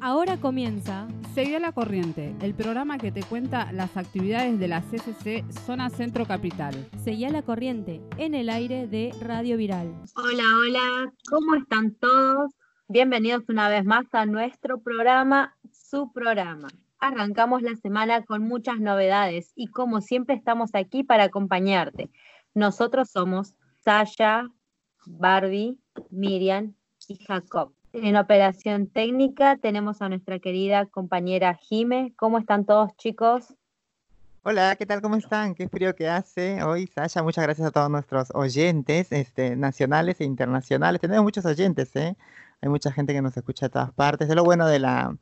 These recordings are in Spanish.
Ahora comienza Seguí a la Corriente, el programa que te cuenta las actividades de la CCC Zona Centro Capital. Seguí a la Corriente en el aire de Radio Viral. Hola, ¿cómo están todos? Bienvenidos una vez más a nuestro programa, su programa. Arrancamos la semana con muchas novedades y como siempre estamos aquí para acompañarte. Nosotros somos Sasha, Barbie, Miriam y Jacob. En operación técnica tenemos a nuestra querida compañera Jime. ¿Cómo están todos, chicos? Hola, ¿qué tal? ¿Cómo están? Qué frío que hace hoy, Sasha. Muchas gracias a todos nuestros oyentes, nacionales e internacionales. Tenemos muchos oyentes, ¿eh? Hay mucha gente que nos escucha de todas partes. Es lo bueno de la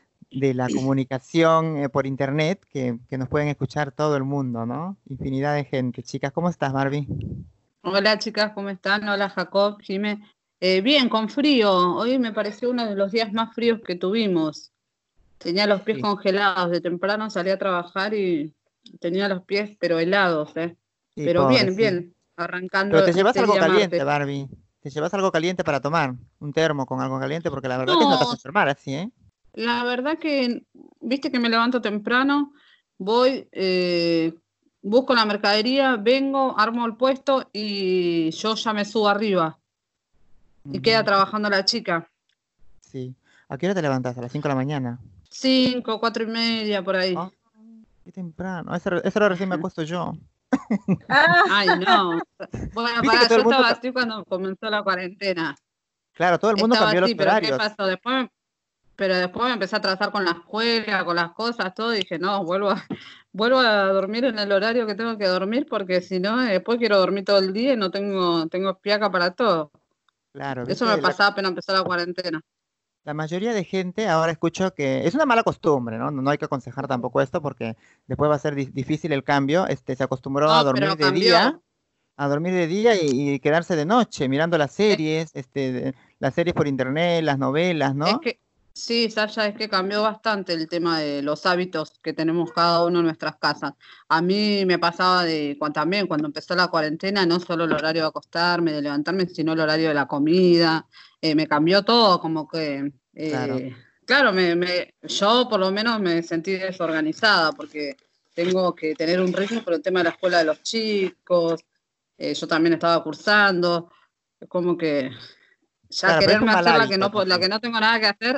comunicación por internet, que nos pueden escuchar todo el mundo, ¿no? Infinidad de gente. Chicas, ¿cómo estás, Barbie? Hola, chicas, ¿cómo están? Hola, Jacob, Jime. Bien, con frío. Hoy me pareció uno de los días más fríos que tuvimos. Tenía los pies congelados. De temprano salí a trabajar y tenía los pies, pero helados, ¿eh? Sí, pero pobre, bien, arrancando. Pero te llevas algo día caliente, martes. Barbie. Te llevas algo caliente para tomar. Un termo con algo caliente, porque la verdad que no te vas a enfermar así, ¿eh? La verdad que, viste que me levanto temprano, voy, busco la mercadería, vengo, armo el puesto y yo ya me subo arriba. Y queda trabajando la chica. Sí. ¿A qué hora te levantas? ¿A las 5 de la mañana? 5, 4:30, por ahí. Oh, qué temprano. A esa hora recién me acuesto yo. Ay, no. Bueno, Viste que todo yo el mundo estaba así cuando comenzó la cuarentena. Claro, todo el mundo Estaba cambió así, los pero horarios. ¿qué pasó? Después me empecé a atrasar con la escuela, con las cosas, todo, y dije, no, vuelvo a dormir en el horario que tengo que dormir, porque si no, después quiero dormir todo el día y no tengo piaca para todo. Claro, Eso viste, me pasaba apenas empezó la cuarentena. la mayoría de gente ahora escucho que es una mala costumbre, ¿no? No hay que aconsejar tampoco esto porque después va a ser difícil el cambio. Se acostumbró No, pero cambió. a dormir de día y quedarse de noche mirando las Es, series, las series por internet, las novelas, es ¿no? que, sí, Sasha, es que cambió bastante el tema de los hábitos que tenemos cada uno en nuestras casas. A mí me pasaba también cuando empezó la cuarentena, no solo el horario de acostarme, de levantarme, sino el horario de la comida. Me cambió todo, como que, Claro. claro, yo por lo menos me sentí desorganizada porque tengo que tener un ritmo por el tema de la escuela de los chicos. Yo también estaba cursando, como que ya Claro, pero es un quererme mal hacer hábito la que también. no tengo nada que hacer,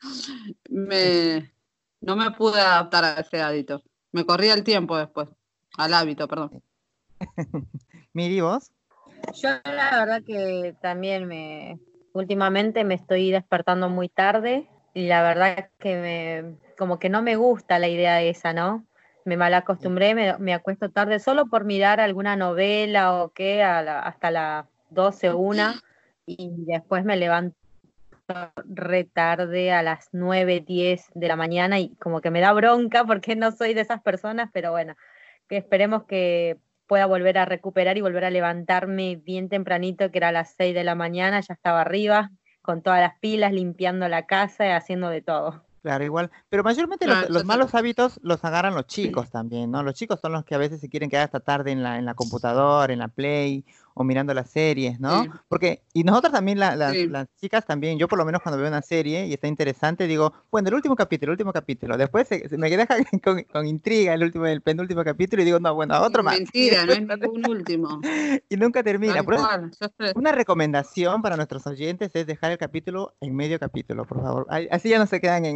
no me pude adaptar a ese hábito. Me corría el tiempo después, al hábito, perdón. Miri, ¿vos? Yo la verdad que también últimamente me estoy despertando muy tarde y la verdad que como que no me gusta la idea esa, ¿no? Me malacostumbré, me acuesto tarde solo por mirar alguna novela o qué, hasta las 12, 1, y después me levanto re tarde a las 9, 10 de la mañana y como que me da bronca porque no soy de esas personas, pero bueno, que esperemos que pueda volver a recuperar y volver a levantarme bien tempranito, que era a las 6 de la mañana, ya estaba arriba, con todas las pilas, limpiando la casa y haciendo de todo. Claro, igual. Pero mayormente Claro, los malos hábitos los agarran los chicos también, ¿no? Los chicos son los que a veces se quieren quedar hasta tarde en la computadora, en la Play o mirando las series, ¿no? sí, Porque, y nosotras también, sí. las chicas también, yo por lo menos cuando veo una serie y está interesante, digo, bueno, el último capítulo. Después me deja con intriga el penúltimo capítulo y digo, no, bueno, otro más. Y Mentira, no después es ningún último. y nunca termina. Tal Por eso, cual. una recomendación para nuestros oyentes es dejar el capítulo en medio capítulo, por favor. Así ya no se quedan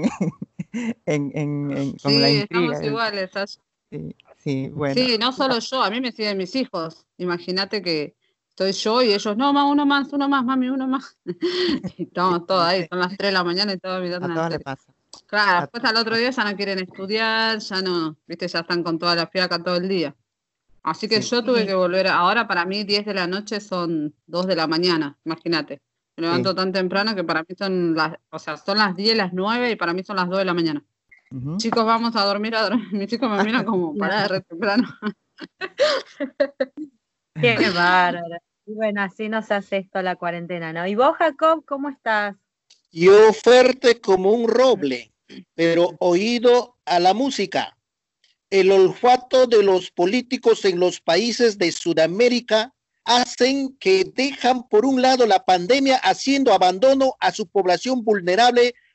con la Sí, intriga. estamos iguales. Sí, sí, bueno. Sí, no solo yo, a mí me siguen mis hijos. Imagínate que estoy yo y ellos, no, uno más, mami, uno más. Y estamos todos ahí, ¿Viste? son las 3 de la mañana y todos mirando A una todas les serie. pasa. Claro, A después al otro día ya no quieren estudiar, ya no, viste, ya están con toda la fiaca todo el día. Así que sí. yo tuve que volver, ahora para mí 10 de la noche son 2 de la mañana, imagínate. Me Sí. levanto tan temprano que para mí son son las 10, las 9 y para mí son las 2 de la mañana. Ujú. Chicos, vamos a dormir. Mis chicos me miran como pará de re temprano. Qué bárbaro. Y bueno, así nos hace esto la cuarentena, ¿no? ¿Y vos, Jacob, cómo estás? Yo fuerte como un roble, pero oído a la música. El olfato de los políticos en los países de Sudamérica hacen que dejan por un lado la pandemia haciendo abandono a su población vulnerable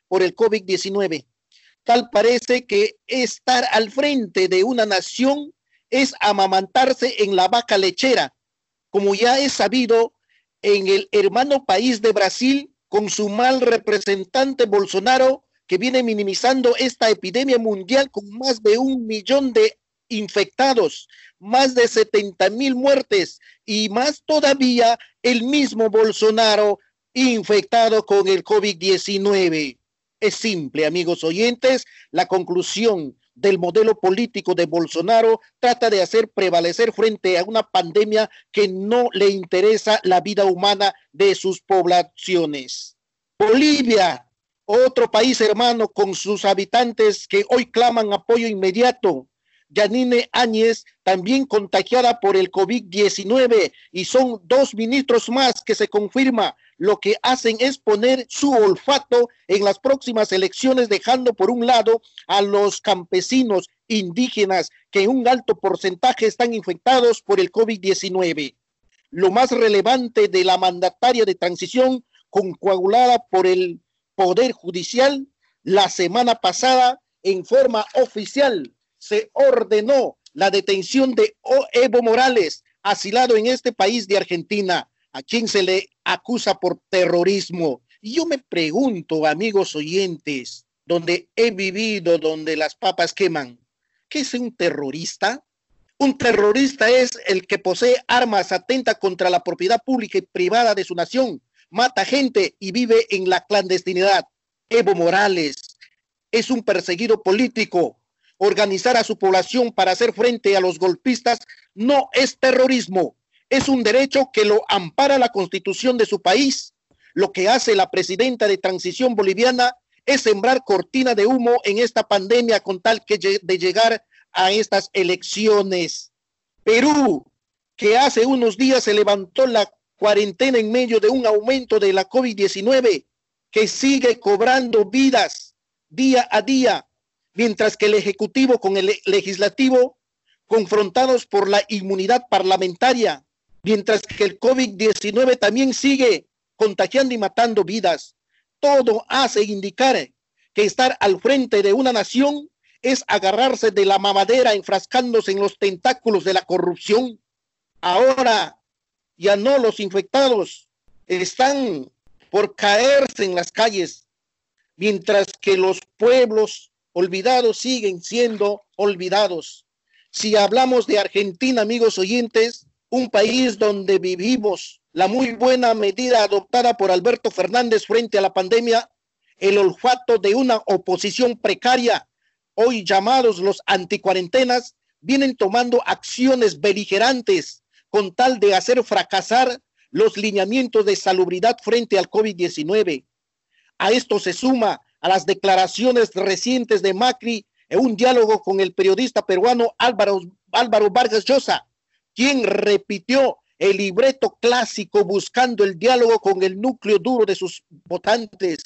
por el COVID-19. Tal parece que estar al frente de una nación es amamantarse en la vaca lechera, como ya es sabido en el hermano país de Brasil, con su mal representante Bolsonaro, que viene minimizando esta epidemia mundial con más de 1 millón de infectados, más de 70,000 muertes y más todavía el mismo Bolsonaro infectado con el COVID-19. Es simple, amigos oyentes, la conclusión del modelo político de Bolsonaro trata de hacer prevalecer frente a una pandemia que no le interesa la vida humana de sus poblaciones. Bolivia, otro país hermano con sus habitantes que hoy claman apoyo inmediato. Yanine Áñez, también contagiada por el COVID-19, y son 2 ministros más que se confirma. Lo que hacen es poner su olfato en las próximas elecciones, dejando por un lado a los campesinos indígenas que en un alto porcentaje están infectados por el COVID-19. Lo más relevante de la mandataria de transición, concoagulada por el Poder Judicial, la semana pasada, en forma oficial, se ordenó la detención de Evo Morales, asilado en este país de Argentina, a quien se le acusa por terrorismo. Y yo me pregunto, amigos oyentes, donde he vivido, donde las papas queman, ¿qué es un terrorista? Un terrorista es el que posee armas, atenta contra la propiedad pública y privada de su nación, mata gente y vive en la clandestinidad. Evo Morales es un perseguido político. Organizar a su población para hacer frente a los golpistas no es terrorismo, es un derecho que lo ampara la Constitución de su país. Lo que hace la presidenta de transición boliviana es sembrar cortina de humo en esta pandemia con tal de llegar a estas elecciones. Perú, que hace unos días se levantó la cuarentena en medio de un aumento de la COVID-19, que sigue cobrando vidas día a día, mientras que el Ejecutivo con el Legislativo confrontados por la inmunidad parlamentaria, mientras que el COVID-19 también sigue contagiando y matando vidas. Todo hace indicar que estar al frente de una nación es agarrarse de la mamadera enfrascándose en los tentáculos de la corrupción. Ahora ya no, los infectados están por caerse en las calles, mientras que los pueblos olvidados siguen siendo olvidados. Si hablamos de Argentina, amigos oyentes, un país donde vivimos la muy buena medida adoptada por Alberto Fernández frente a la pandemia, el olfato de una oposición precaria, hoy llamados los anticuarentenas, vienen tomando acciones beligerantes con tal de hacer fracasar los lineamientos de salubridad frente al COVID-19. A esto se suma a las declaraciones recientes de Macri en un diálogo con el periodista peruano Álvaro Vargas Llosa, quien repitió el libreto clásico buscando el diálogo con el núcleo duro de sus votantes.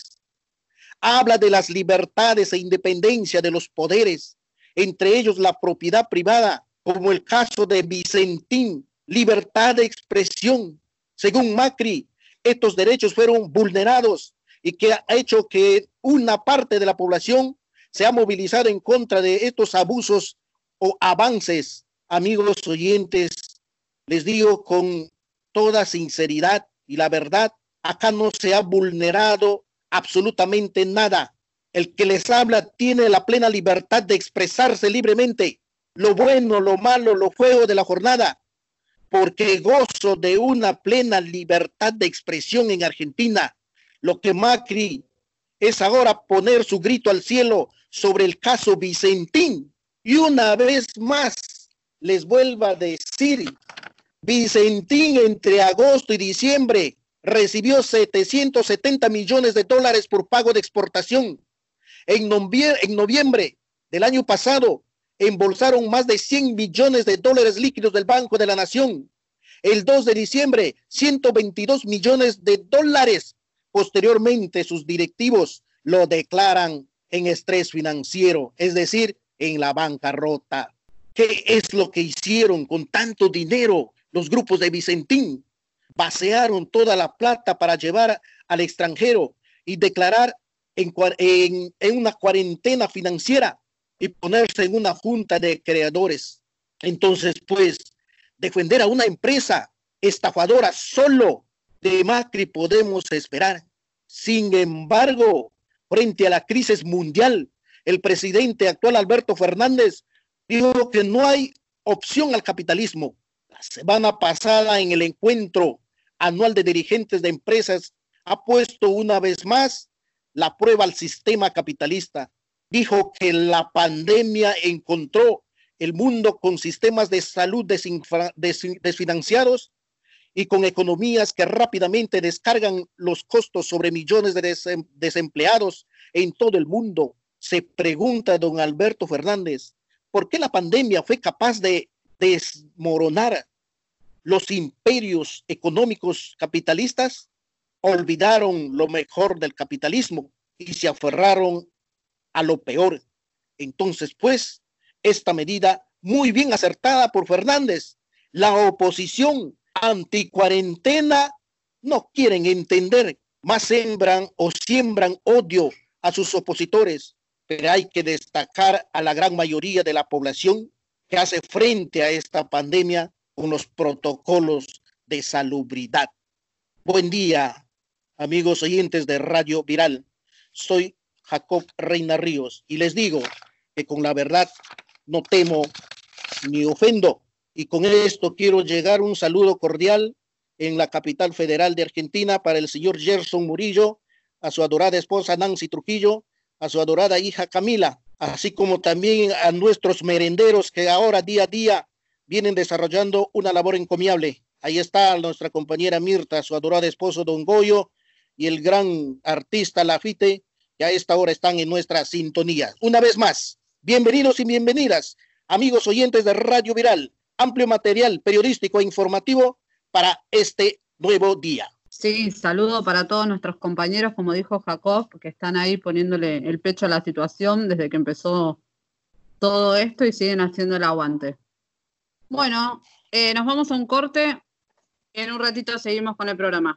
Habla de las libertades e independencia de los poderes, entre ellos la propiedad privada, como el caso de Vicentín, libertad de expresión. Según Macri, estos derechos fueron vulnerados y que ha hecho que una parte de la población se ha movilizado en contra de estos abusos o avances. Amigos oyentes, les digo con toda sinceridad y la verdad, acá no se ha vulnerado absolutamente nada. El que les habla tiene la plena libertad de expresarse libremente, lo bueno, lo malo, lo feo de la jornada, porque gozo de una plena libertad de expresión en Argentina. Lo que Macri es ahora poner su grito al cielo sobre el caso Vicentín. Y una vez más les vuelvo a decir, Vicentín entre agosto y diciembre recibió 770 millones de dólares por pago de exportación. En noviembre del año pasado embolsaron más de 100 millones de dólares líquidos del Banco de la Nación. El 2 de diciembre, 122 millones de dólares. Posteriormente, sus directivos lo declaran en estrés financiero, es decir, en la bancarrota. ¿Qué es lo que hicieron con tanto dinero los grupos de Vicentín? Vaciaron toda la plata para llevar al extranjero y declarar en una cuarentena financiera y ponerse en una junta de creadores. Entonces, pues, defender a una empresa estafadora solo de Macri podemos esperar. Sin embargo, frente a la crisis mundial, el presidente actual Alberto Fernández dijo que no hay opción al capitalismo. La semana pasada, en el encuentro anual de dirigentes de empresas, ha puesto una vez más la prueba al sistema capitalista. Dijo que la pandemia encontró el mundo con sistemas de salud desfinanciados y con economías que rápidamente descargan los costos sobre millones de desempleados en todo el mundo. Se pregunta don Alberto Fernández, ¿por qué la pandemia fue capaz de desmoronar los imperios económicos capitalistas? Olvidaron lo mejor del capitalismo y se aferraron a lo peor. Entonces, pues, esta medida muy bien acertada por Fernández, la oposición anticuarentena no quieren entender, más siembran odio a sus opositores, pero hay que destacar a la gran mayoría de la población que hace frente a esta pandemia con los protocolos de salubridad. Buen día, amigos oyentes de Radio Viral. Soy Jacob Reina Ríos y les digo que con la verdad no temo ni ofendo. Y con esto quiero llegar un saludo cordial en la capital federal de Argentina para el señor Gerson Murillo, a su adorada esposa Nancy Trujillo, a su adorada hija Camila, así como también a nuestros merenderos que ahora día a día vienen desarrollando una labor encomiable. Ahí está nuestra compañera Mirta, su adorado esposo Don Goyo y el gran artista Lafite, que a esta hora están en nuestra sintonía. Una vez más, bienvenidos y bienvenidas, amigos oyentes de Radio Viral, amplio material periodístico e informativo para este nuevo día. Sí, saludo para todos nuestros compañeros, como dijo Jacob, que están ahí poniéndole el pecho a la situación desde que empezó todo esto y siguen haciendo el aguante. Bueno, nos vamos a un corte. En un ratito seguimos con el programa.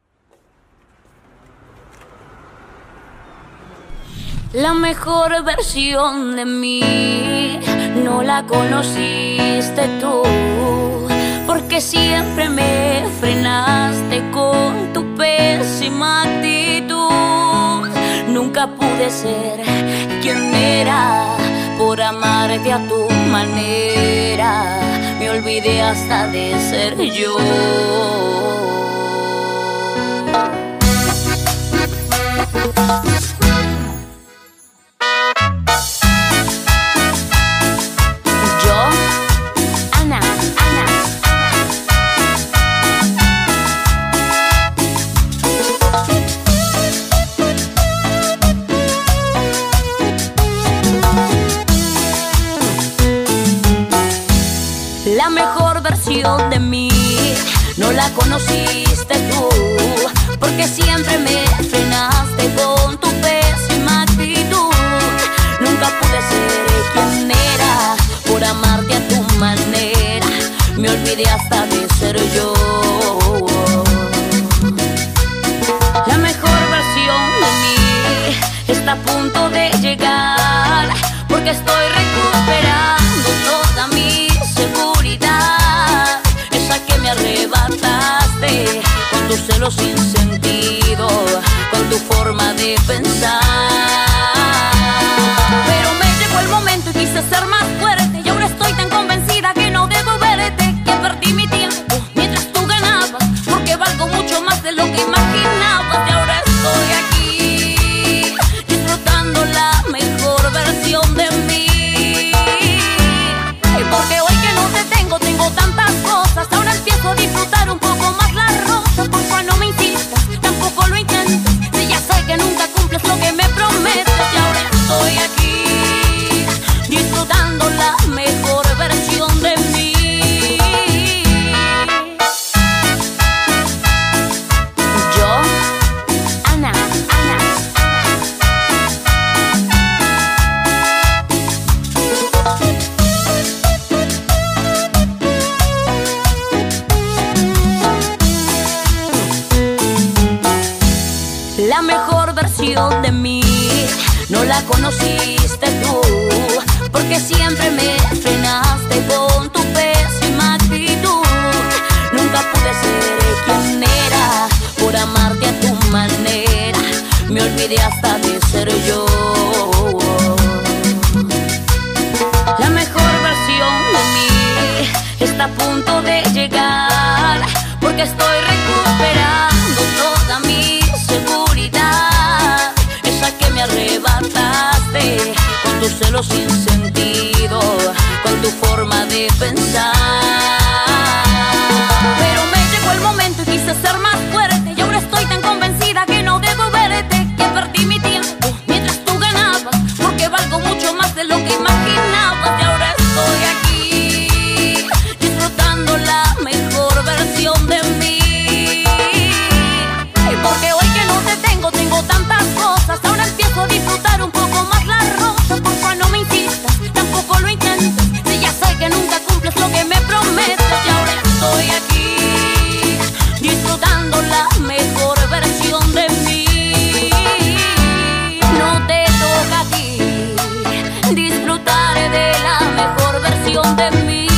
La mejor versión de mí no la conociste tú, porque siempre me frenaste con tu pésima actitud. Nunca pude ser quien era por amarte a tu manera. Me olvidé hasta de ser yo. La mejor versión de mí no la conociste tú, porque siempre me frenaste con tu pésima actitud. Nunca pude ser quien era por amarte a tu manera. Me olvidé hasta de ser yo. La mejor versión de mí está a punto de llegar, porque estoy recuperando toda mi seguridad, esa que me arrebataste con tus celos sin sentido, con tu forma de pensar. Pero me llegó el momento y quise ser más fuerte, y ahora estoy tan convencida que no debo verte, que perdí mi tiempo mientras tú ganabas, porque valgo mucho más de lo que imaginabas. Y ahora estoy aquí disfrutando la mejor versión de mí. Porque hoy que no te tengo tantas cosas. Ahora empiezo a disfrutar un poco más la rosa. Porfa, no me insistas, tampoco lo intentes, si ya sé que nunca cumples lo que me prometes. Y ahora estoy aquí disfrutando la mejor versión de mí. Yo, Ana. La mejor versión de mí no la conociste tú, porque siempre me frenaste con tu pésima actitud. Nunca pude ser quien era por amarte a tu manera, me olvidé hasta de ser yo. La mejor versión de mí está a punto de llegar, porque estoy recuperando toda mi seguridad, esa que me arrebataste con tu celo sin sentido, con tu forma de pensar. Pero me llegó el momento y quise ser más fuerte, y ahora estoy tan convencida que no debo verte, que perdí mi tiempo mientras tú ganabas, porque valgo mucho más de lo que imaginabas. Y ahora estoy aquí disfrutando la mejor versión de mí, porque hoy que no te tengo tantas cosas, ahora empiezo a disfrutar un poco más la rosa. Porfa, no me insistas, tampoco lo intentes, si ya sé que nunca cumples lo que me prometes. Y ahora estoy aquí disfrutando la mejor versión de mí. No te toca a ti disfrutar de la mejor versión de mí.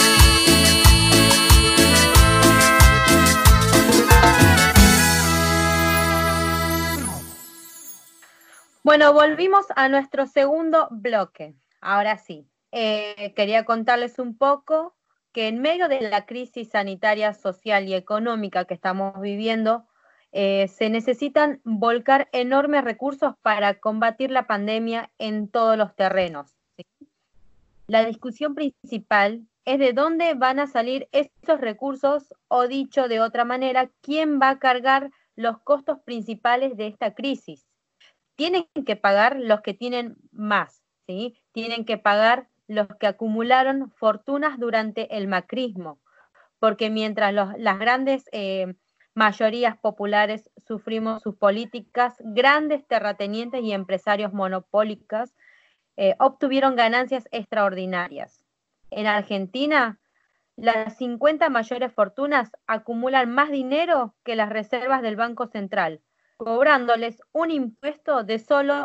Bueno, volvimos a nuestro segundo bloque. Ahora sí, quería contarles un poco que en medio de la crisis sanitaria, social y económica que estamos viviendo, se necesitan volcar enormes recursos para combatir la pandemia en todos los terrenos, ¿sí? La discusión principal es de dónde van a salir esos recursos, o dicho de otra manera, quién va a cargar los costos principales de esta crisis. Tienen que pagar los que tienen más, ¿sí? Tienen que pagar los que acumularon fortunas durante el macrismo, porque mientras las grandes mayorías populares sufrimos sus políticas, grandes terratenientes y empresarios monopólicos obtuvieron ganancias extraordinarias. En Argentina, las 50 mayores fortunas acumulan más dinero que las reservas del Banco Central, cobrándoles un impuesto de solo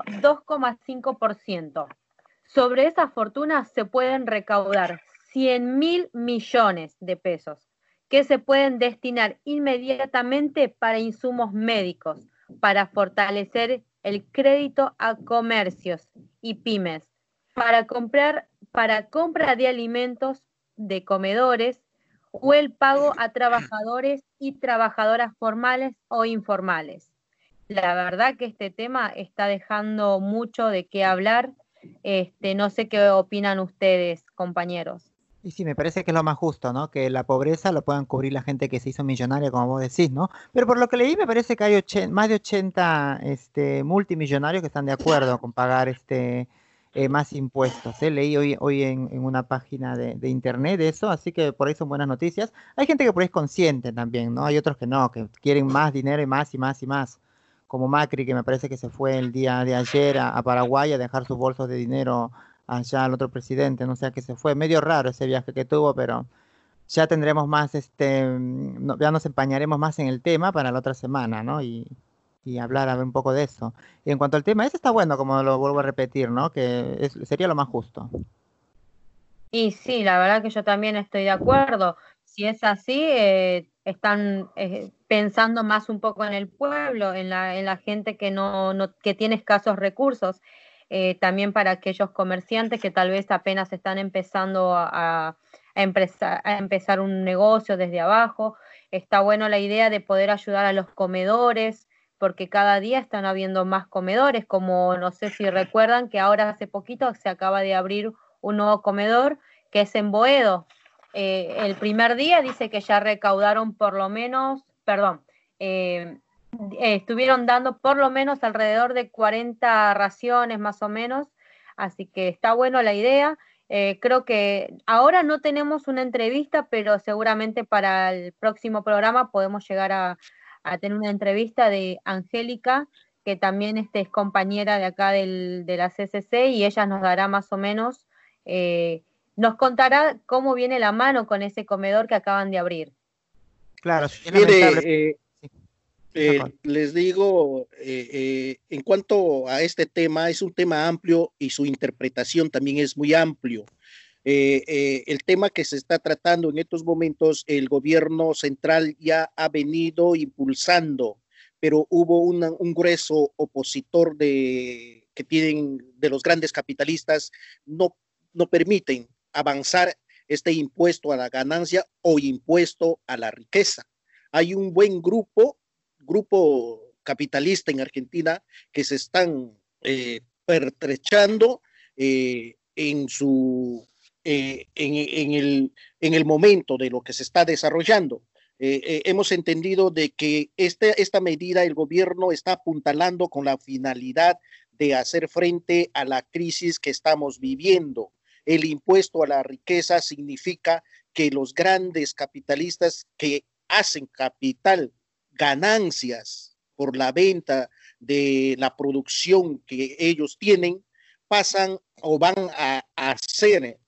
2,5%. Sobre esas fortunas se pueden recaudar 100.000 millones de pesos, que se pueden destinar inmediatamente para insumos médicos, para fortalecer el crédito a comercios y pymes, para compra de alimentos de comedores, o el pago a trabajadores y trabajadoras formales o informales. La verdad que este tema está dejando mucho de qué hablar. No sé qué opinan ustedes, compañeros. Y sí, me parece que es lo más justo, ¿no? Que la pobreza lo puedan cubrir la gente que se hizo millonaria, como vos decís, ¿no? Pero por lo que leí, me parece que hay más de 80 multimillonarios que están de acuerdo con pagar más impuestos, ¿eh? Leí hoy en una página de internet de eso, así que por ahí son buenas noticias. Hay gente que por ahí es consciente también, ¿no? Hay otros que no, que quieren más dinero y más y más y más. Como Macri, que me parece que se fue el día de ayer a Paraguay a dejar sus bolsos de dinero allá al otro presidente, no sé, que se fue. Medio raro ese viaje que tuvo, pero ya tendremos más, ya nos empañaremos más en el tema para la otra semana, ¿no? Y hablar a ver un poco de eso. Y en cuanto al tema, ese está bueno, como lo vuelvo a repetir, ¿no? Que sería lo más justo. Y sí, la verdad que yo también estoy de acuerdo. Si es así, están pensando más un poco en el pueblo, en la gente que tiene escasos recursos, también para aquellos comerciantes que tal vez apenas están empezando a empezar un negocio desde abajo. Está bueno la idea de poder ayudar a los comedores, porque cada día están habiendo más comedores, como no sé si recuerdan que ahora hace poquito se acaba de abrir un nuevo comedor que es en Boedo. El primer día dice que ya recaudaron estuvieron dando por lo menos alrededor de 40 raciones más o menos, así que está bueno la idea. Creo que ahora no tenemos una entrevista, pero seguramente para el próximo programa podemos llegar a tener una entrevista de Angélica, que también es compañera de acá de la CCC, y ella nos dará más o menos, nos contará cómo viene la mano con ese comedor que acaban de abrir. Claro, sí, Mire, Les digo, en cuanto a este tema, es un tema amplio y su interpretación también es muy amplio. El tema que se está tratando en estos momentos, el gobierno central ya ha venido impulsando, pero hubo un grueso opositor que tienen de los grandes capitalistas, no permiten avanzar este impuesto a la ganancia o impuesto a la riqueza. Hay un buen grupo capitalista en Argentina que se están pertrechando en el momento de lo que se está desarrollando. Hemos entendido de que esta medida el gobierno está apuntalando con la finalidad de hacer frente a la crisis que estamos viviendo. El impuesto a la riqueza significa que los grandes capitalistas que hacen capital, ganancias por la venta de la producción que ellos tienen, pasan o van a ser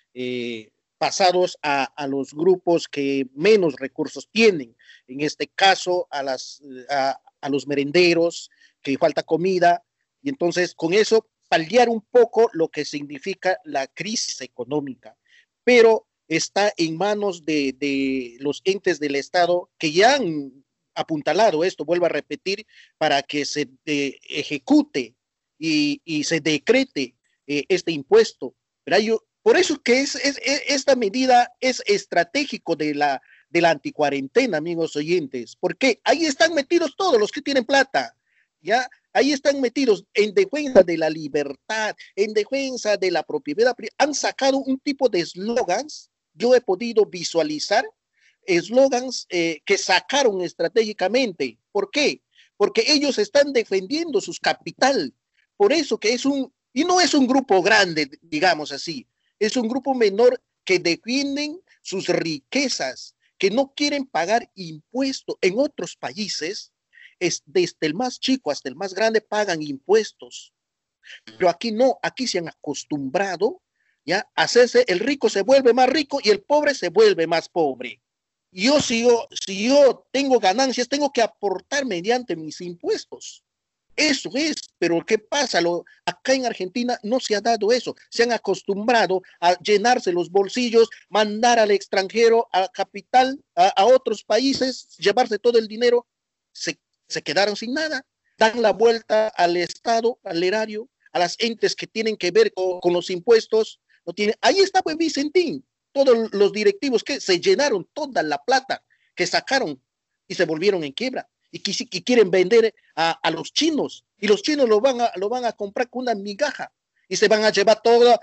pasados a los grupos que menos recursos tienen. En este caso, a los merenderos, que falta comida, y entonces con eso paliar un poco lo que significa la crisis económica. Pero está en manos de los entes del Estado que ya han apuntalado esto, vuelvo a repetir, para que se ejecute y se decrete este impuesto. Pero por eso que esta medida es estratégico de la anticuarentena, amigos oyentes, porque ahí están metidos todos los que tienen plata, ¿ya? Ahí están metidos en defensa de la libertad, en defensa de la propiedad. Han sacado un tipo de eslogans. Yo he podido visualizar eslogans que sacaron estratégicamente. ¿Por qué? Porque ellos están defendiendo sus capital. Por eso que y no es un grupo grande, digamos así, es un grupo menor que defienden sus riquezas, que no quieren pagar impuestos. En otros países, desde el más chico hasta el más grande pagan impuestos. Pero aquí no, aquí se han acostumbrado, ¿ya? A hacerse, el rico se vuelve más rico y el pobre se vuelve más pobre. Si yo tengo ganancias, tengo que aportar mediante mis impuestos. Eso es, pero ¿qué pasa? Acá en Argentina no se ha dado eso. Se han acostumbrado a llenarse los bolsillos, mandar al extranjero, a capital, a otros países, llevarse todo el dinero. Se quedaron sin nada. Dan la vuelta al Estado, al erario, a las entes que tienen que ver con los impuestos. Ahí está pues Vicentín. Todos los directivos que se llenaron toda la plata que sacaron y se volvieron en quiebra. Y quieren vender a los chinos, y los chinos lo van a comprar con una migaja y se van a llevar toda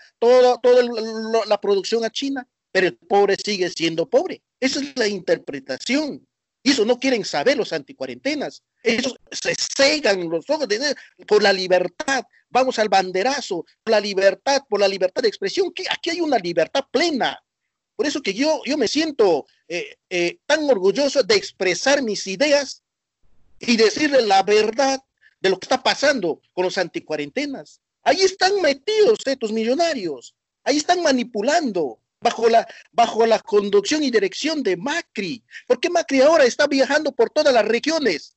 la producción a China, pero el pobre sigue siendo pobre. Esa es la interpretación, y eso no quieren saber los anticuarentenas. Ellos se cegan los ojos por la libertad. Vamos al banderazo, por la libertad de expresión, que aquí hay una libertad plena. Por eso que yo me siento tan orgulloso de expresar mis ideas y decirle la verdad de lo que está pasando con los anticuarentenas. Ahí están metidos estos millonarios, ahí están manipulando bajo la conducción y dirección de Macri. ¿Por qué Macri ahora está viajando por todas las regiones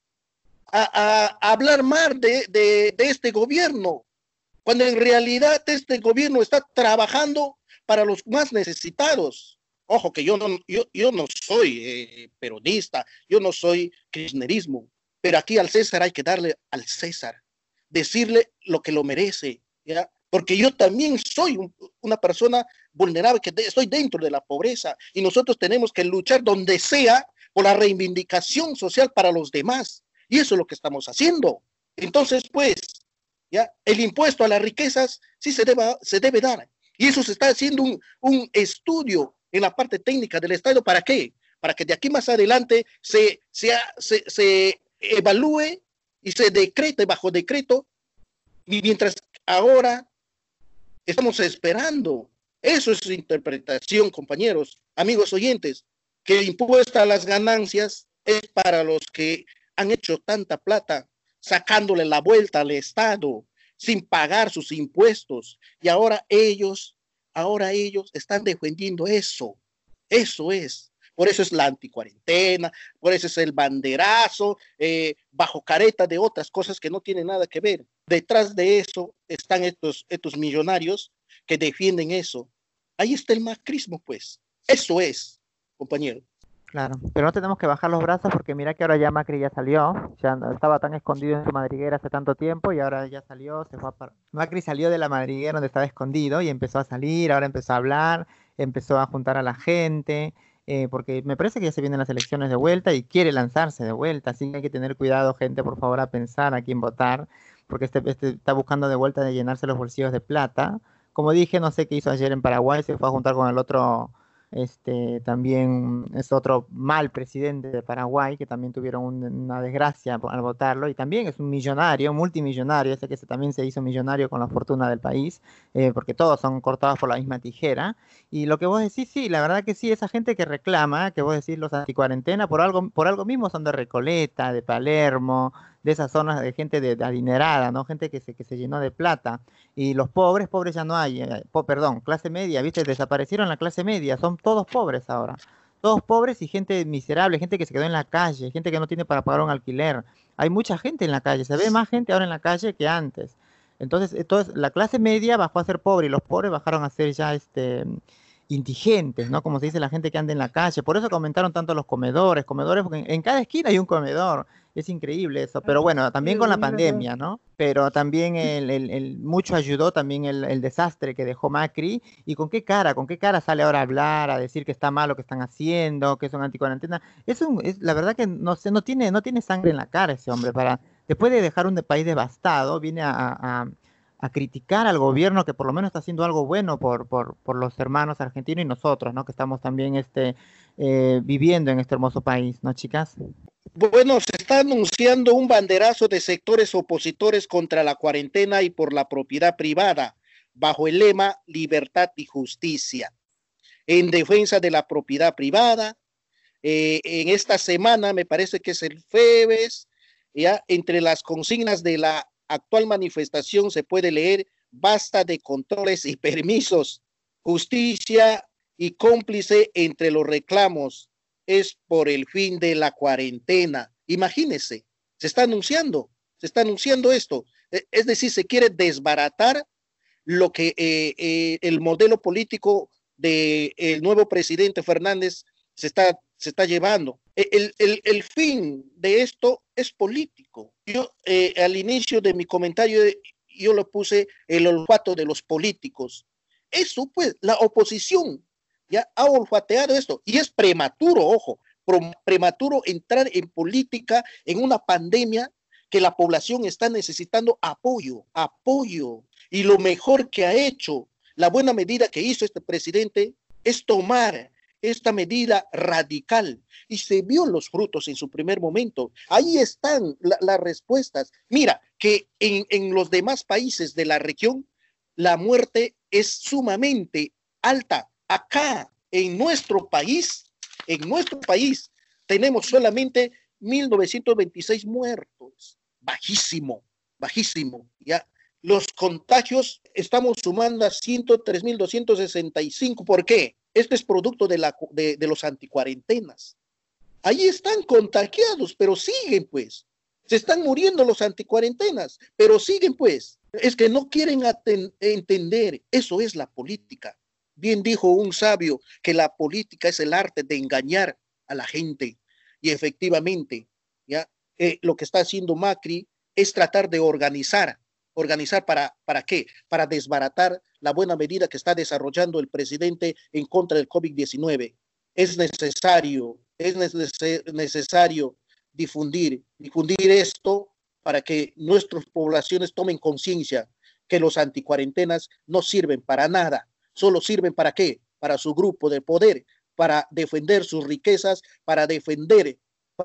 a hablar mal de este gobierno, cuando en realidad este gobierno está trabajando para los más necesitados? Ojo que yo no soy peronista, yo no soy kirchnerismo, pero aquí al César hay que darle al César, decirle lo que lo merece, ¿ya? Porque yo también soy una persona vulnerable, que estoy dentro de la pobreza, y nosotros tenemos que luchar donde sea por la reivindicación social para los demás, y eso es lo que estamos haciendo. Entonces, pues, ¿ya? El impuesto a las riquezas sí se debe dar, y eso se está haciendo un estudio en la parte técnica del Estado. ¿Para qué? Para que de aquí más adelante se evalúe y se decrete bajo decreto, y mientras ahora estamos esperando. Eso es su interpretación, compañeros, amigos oyentes, que el impuesto a las ganancias es para los que han hecho tanta plata, sacándole la vuelta al Estado, sin pagar sus impuestos, y ahora ellos están defendiendo eso. Eso es. Por eso es la anticuarentena, por eso es el banderazo, bajo careta de otras cosas que no tienen nada que ver. Detrás de eso están estos millonarios que defienden eso. Ahí está el macrismo, pues. Eso es, compañero. Claro, pero no tenemos que bajar los brazos porque mira que ahora ya Macri ya salió, ya estaba tan escondido en su madriguera hace tanto tiempo y ahora ya salió, Macri salió de la madriguera donde estaba escondido y empezó a salir, ahora empezó a hablar, empezó a juntar a la gente, porque me parece que ya se vienen las elecciones de vuelta y quiere lanzarse de vuelta, así que hay que tener cuidado, gente, por favor, a pensar a quién votar, porque este está buscando de vuelta de llenarse los bolsillos de plata. Como dije, no sé qué hizo ayer en Paraguay, se fue a juntar con el otro. También es otro mal presidente de Paraguay, que también tuvieron una desgracia al votarlo, y también es un millonario, multimillonario, ese que también se hizo millonario con la fortuna del país, porque todos son cortados por la misma tijera. Y lo que vos decís, sí, la verdad que sí, esa gente que reclama, que vos decís los anticuarentena, por algo mismo son de Recoleta, de Palermo, de esas zonas de gente de adinerada, ¿no? Gente que se llenó de plata. Y los pobres ya no hay, perdón, clase media, ¿viste? Desaparecieron la clase media, son todos pobres ahora. Todos pobres y gente miserable, gente que se quedó en la calle, gente que no tiene para pagar un alquiler. Hay mucha gente en la calle, se ve más gente ahora en la calle que antes. Entonces la clase media bajó a ser pobre y los pobres bajaron a ser ya indigentes, ¿no? Como se dice la gente que anda en la calle. Por eso que aumentaron tanto los comedores, porque en cada esquina hay un comedor. Es increíble eso, pero bueno, también con la pandemia, ¿no? Pero también mucho ayudó también el desastre que dejó Macri. ¿Y con qué cara sale ahora a hablar, a decir que está mal lo que están haciendo, que son anticuarentena? La verdad que no sé, no tiene sangre en la cara ese hombre. Después de dejar un país devastado, viene a criticar al gobierno que por lo menos está haciendo algo bueno por los hermanos argentinos y nosotros, ¿no? Que estamos también viviendo en este hermoso país, ¿no, chicas? Bueno, se está anunciando un banderazo de sectores opositores contra la cuarentena y por la propiedad privada, bajo el lema Libertad y Justicia, en defensa de la propiedad privada. En esta semana, me parece que es el jueves, ya entre las consignas de la actual manifestación se puede leer: basta de controles y permisos, justicia y cómplice entre los reclamos es por el fin de la cuarentena. Imagínense, se está anunciando esto. Es decir, se quiere desbaratar lo que el modelo político del nuevo presidente Fernández se está llevando. El fin de esto es político. Yo al inicio de mi comentario yo lo puse el olfato de los políticos. Eso pues, la oposición ya ha olfateado esto y es prematuro, ojo, prematuro entrar en política en una pandemia que la población está necesitando apoyo. Y lo mejor que ha hecho, la buena medida que hizo este presidente es tomar esta medida radical y se vio los frutos en su primer momento. Ahí están las respuestas. Mira, que en los demás países de la región la muerte es sumamente alta. Acá, en nuestro país, tenemos solamente 1.926 muertos. Bajísimo, ¿ya? Los contagios estamos sumando a 103.265. ¿Por qué? Esto es producto de los anticuarentenas. Ahí están contagiados, pero siguen, pues. Se están muriendo los anticuarentenas, pero siguen, pues. Es que no quieren entender. Eso es la política. Bien dijo un sabio que la política es el arte de engañar a la gente. Y efectivamente, ¿ya? Lo que está haciendo Macri es tratar de organizar ¿para qué? Para desbaratar la buena medida que está desarrollando el presidente en contra del COVID-19. Es necesario difundir esto para que nuestras poblaciones tomen conciencia que los anticuarentenas no sirven para nada. Solo sirven ¿para qué? Para su grupo de poder, para defender sus riquezas, para defender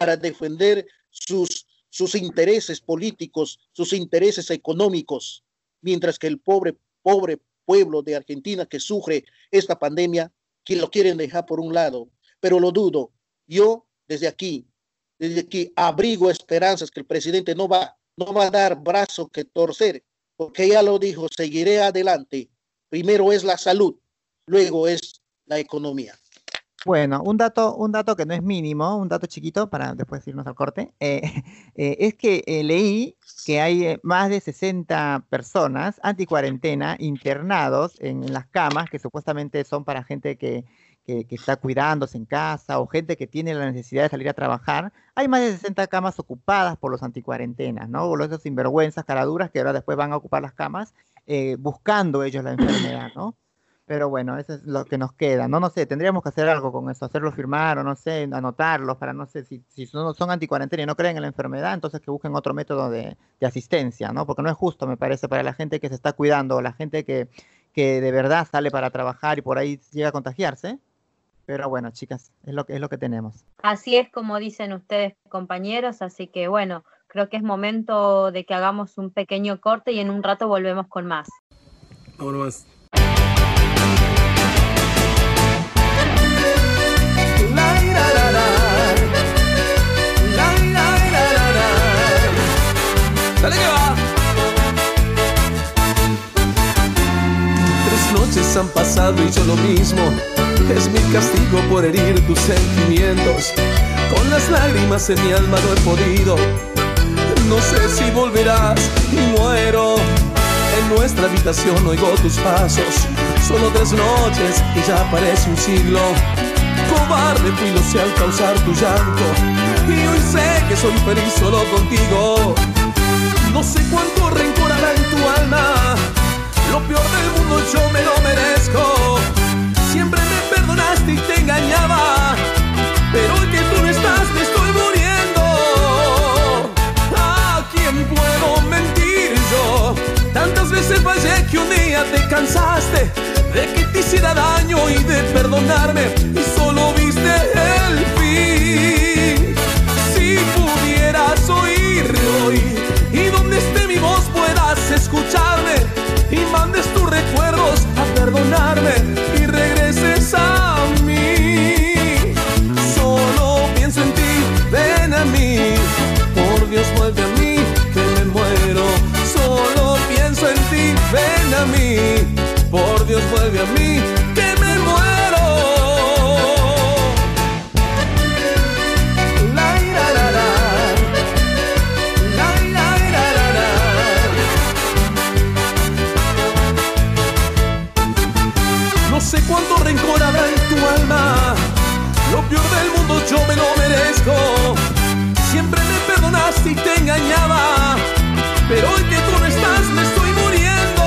sus intereses políticos, sus intereses económicos, mientras que el pobre pueblo de Argentina que sufre esta pandemia, que lo quieren dejar por un lado, pero lo dudo. Yo desde aquí abrigo esperanzas que el presidente no va a dar brazo que torcer, porque ya lo dijo, seguiré adelante. Primero es la salud, luego es la economía. Bueno, un dato que no es mínimo, un dato chiquito para después irnos al corte, es que leí que hay más de 60 personas anticuarentena internados en las camas que supuestamente son para gente que está cuidándose en casa o gente que tiene la necesidad de salir a trabajar. Hay más de 60 camas ocupadas por los anticuarentenas, ¿no? O esos sinvergüenzas, caraduras que ahora después van a ocupar las camas buscando ellos la enfermedad, ¿no? Pero bueno, eso es lo que nos queda, ¿no? No sé, tendríamos que hacer algo con eso, hacerlo firmar o no sé, anotarlos para no sé si son anticuarentena y no creen en la enfermedad, entonces que busquen otro método de asistencia, ¿no? Porque no es justo, me parece, para la gente que se está cuidando o la gente que de verdad sale para trabajar y por ahí llega a contagiarse. Pero bueno, chicas, es lo que tenemos. Así es como dicen ustedes, compañeros, así que bueno, creo que es momento de que hagamos un pequeño corte y en un rato volvemos con más. Vámonos. Dale que va. 3 noches han pasado y yo lo mismo. Es mi castigo por herir tus sentimientos. Con las lágrimas en mi alma no he podido. No sé si volverás y muero. En nuestra habitación oigo tus pasos. Solo 3 noches y ya parece un siglo. Cobarde fui, lo sé, al causar tu llanto. Y hoy sé que soy feliz solo contigo. No sé cuánto rencor habrá en tu alma. Lo peor del mundo yo me lo merezco. Siempre me perdonaste y te engañaba. Pero hoy que tú no estás me estoy muriendo. ¿A quién puedo mentir yo? Tantas veces fallé que un día te cansaste de que te hiciera daño y de perdonarme, y solo viste el fin. Si pudieras oír hoy y donde esté mi voz puedas escucharme, y mandes tus recuerdos a perdonarme y regreses a mí. Solo pienso en ti, ven a mí. Por Dios, vuelve a mí, que me muero. Solo pienso en ti, ven a mí. Por Dios, vuelve a mí, que me muero. La, ira, la, la. La, ira, ira, la, la. No sé cuánto rencor habrá en tu alma. Lo peor del mundo yo me lo merezco. Siempre me perdonaste y te engañaba. Pero hoy que tú no estás me estoy muriendo.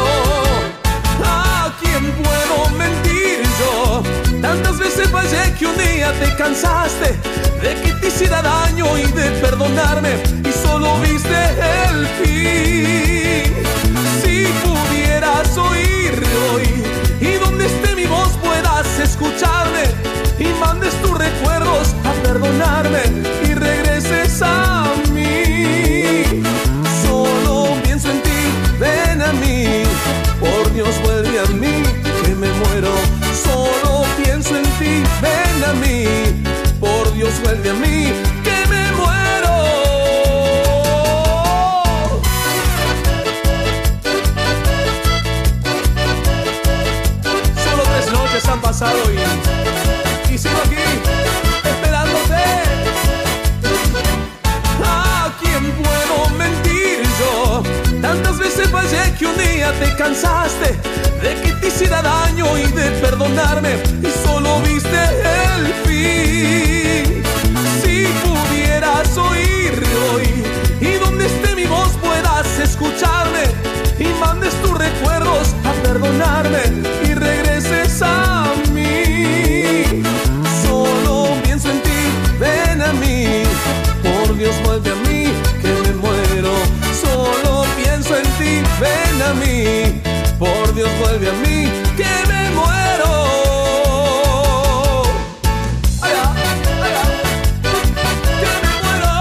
¿A quién puedo mentir yo? Tantas veces fallé que un día te cansaste de que te hiciera daño y de perdonarme, y solo viste el fin. Si pudieras oír hoy y donde esté mi voz puedas escucharme, y mandes tus recuerdos a perdonarme y regreses a mí. Solo pienso en ti, ven a mí. Por Dios, vuelve a mí, que me muero. Solo pienso en ti, ven a mí. Por Dios, vuelve a mí, que me muero. Solo 3 noches han pasado y sigo aquí, esperándote. ¿A quién puedo mentir yo? Tantas veces fallé que un día te cansaste de que te hiciera daño y de perdonarme, y solo viste el fin. Si pudieras oír hoy y donde esté mi voz puedas escucharme, y mandes tus recuerdos a perdonarme y regreses a mí. Solo pienso en ti, ven a mí. Por Dios, vuelve a mí, que me muero. Solo pienso en ti, ven a mí. Por Dios, vuelve a mí, que me muero. Ay, ay, ay, que me muero.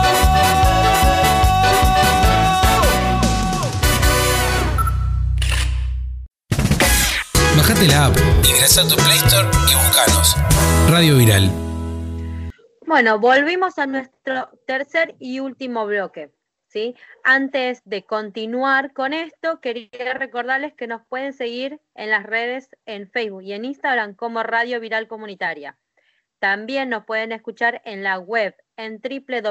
Bajate la app, ingresa a tu Play Store y búscanos. Radio Viral. Bueno, volvimos a nuestro tercer y último bloque, ¿sí? Antes de continuar con esto, quería recordarles que nos pueden seguir en las redes, en Facebook y en Instagram como Radio Viral Comunitaria. También nos pueden escuchar en la web en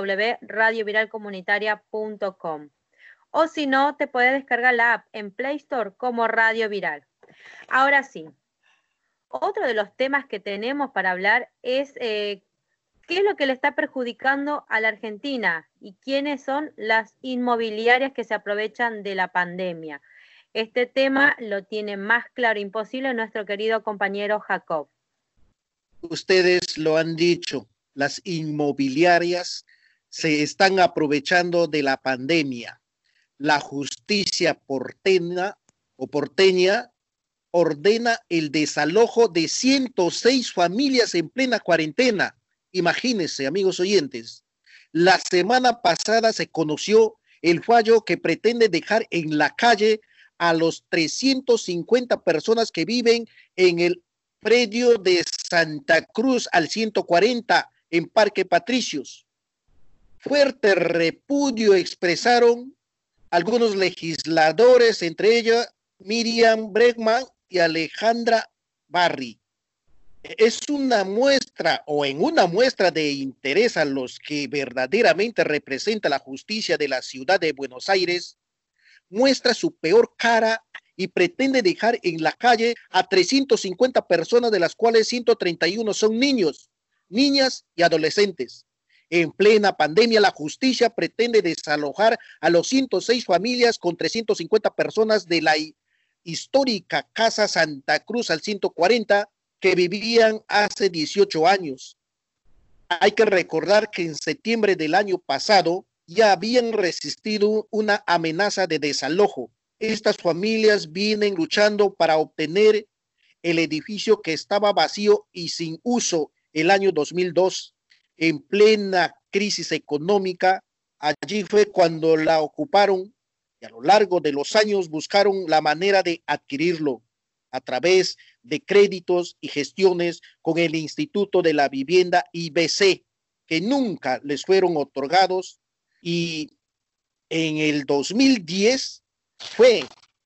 www.radioviralcomunitaria.com. O si no, te puedes descargar la app en Play Store como Radio Viral. Ahora sí, otro de los temas que tenemos para hablar es qué es lo que le está perjudicando a la Argentina y quiénes son las inmobiliarias que se aprovechan de la pandemia. Este tema lo tiene más claro imposible nuestro querido compañero Jacob. Ustedes lo han dicho, las inmobiliarias se están aprovechando de la pandemia. La justicia porteña ordena el desalojo de 106 familias en plena cuarentena. Imagínense, amigos oyentes, la semana pasada se conoció el fallo que pretende dejar en la calle a los 350 personas que viven en el predio de Santa Cruz al 140 en Parque Patricios. Fuerte repudio expresaron algunos legisladores, entre ellos Miriam Bregman y Alejandra Barri. Es una muestra o en una muestra de interés a los que verdaderamente representa la justicia de la ciudad de Buenos Aires, muestra su peor cara y pretende dejar en la calle a 350 personas, de las cuales 131 son niños, niñas y adolescentes. En plena pandemia, la justicia pretende desalojar a los 106 familias con 350 personas de la histórica Casa Santa Cruz al 140 que vivían hace 18 años. Hay que recordar que en septiembre del año pasado ya habían resistido una amenaza de desalojo. Estas familias vienen luchando para obtener el edificio que estaba vacío y sin uso el año 2002. En plena crisis económica, allí fue cuando la ocuparon y a lo largo de los años buscaron la manera de adquirirlo a través de créditos y gestiones con el Instituto de la Vivienda IBC, que nunca les fueron otorgados, y en el 2010 fue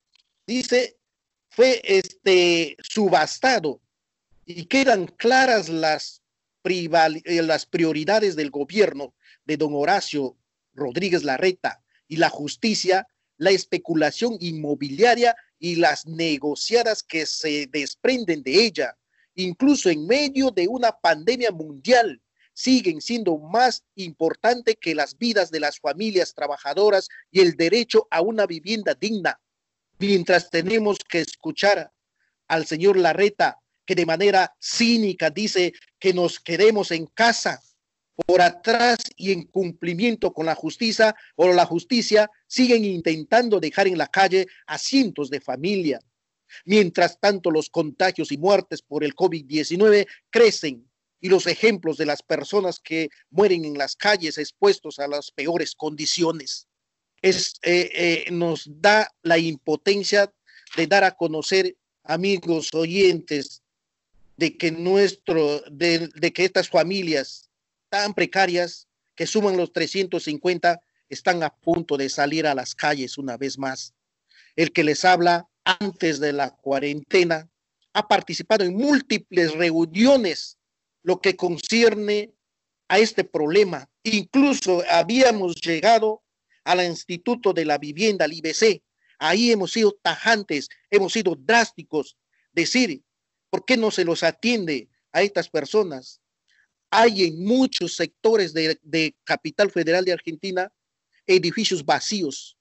subastado y quedan claras las prioridades del gobierno de don Horacio Rodríguez Larreta y la justicia, la especulación inmobiliaria y las negociadas que se desprenden de ella, incluso en medio de una pandemia mundial, siguen siendo más importantes que las vidas de las familias trabajadoras y el derecho a una vivienda digna. Mientras tenemos que escuchar al señor Larreta, que de manera cínica dice que nos quedemos en casa, por atrás y en cumplimiento con la justicia o la justicia siguen intentando dejar en la calle a cientos de familias. Mientras tanto, los contagios y muertes por el COVID-19 crecen y los ejemplos de las personas que mueren en las calles expuestos a las peores condiciones nos da la impotencia de dar a conocer, amigos oyentes, de que estas familias tan precarias que suman los 350 están a punto de salir a las calles una vez más. El que les habla antes de la cuarentena ha participado en múltiples reuniones lo que concierne a este problema. Incluso habíamos llegado al Instituto de la Vivienda, al IBC. Ahí hemos sido tajantes, hemos sido drásticos, decir, ¿por qué no se los atiende a estas personas? Hay en muchos sectores de Capital Federal de Argentina edificios vacíos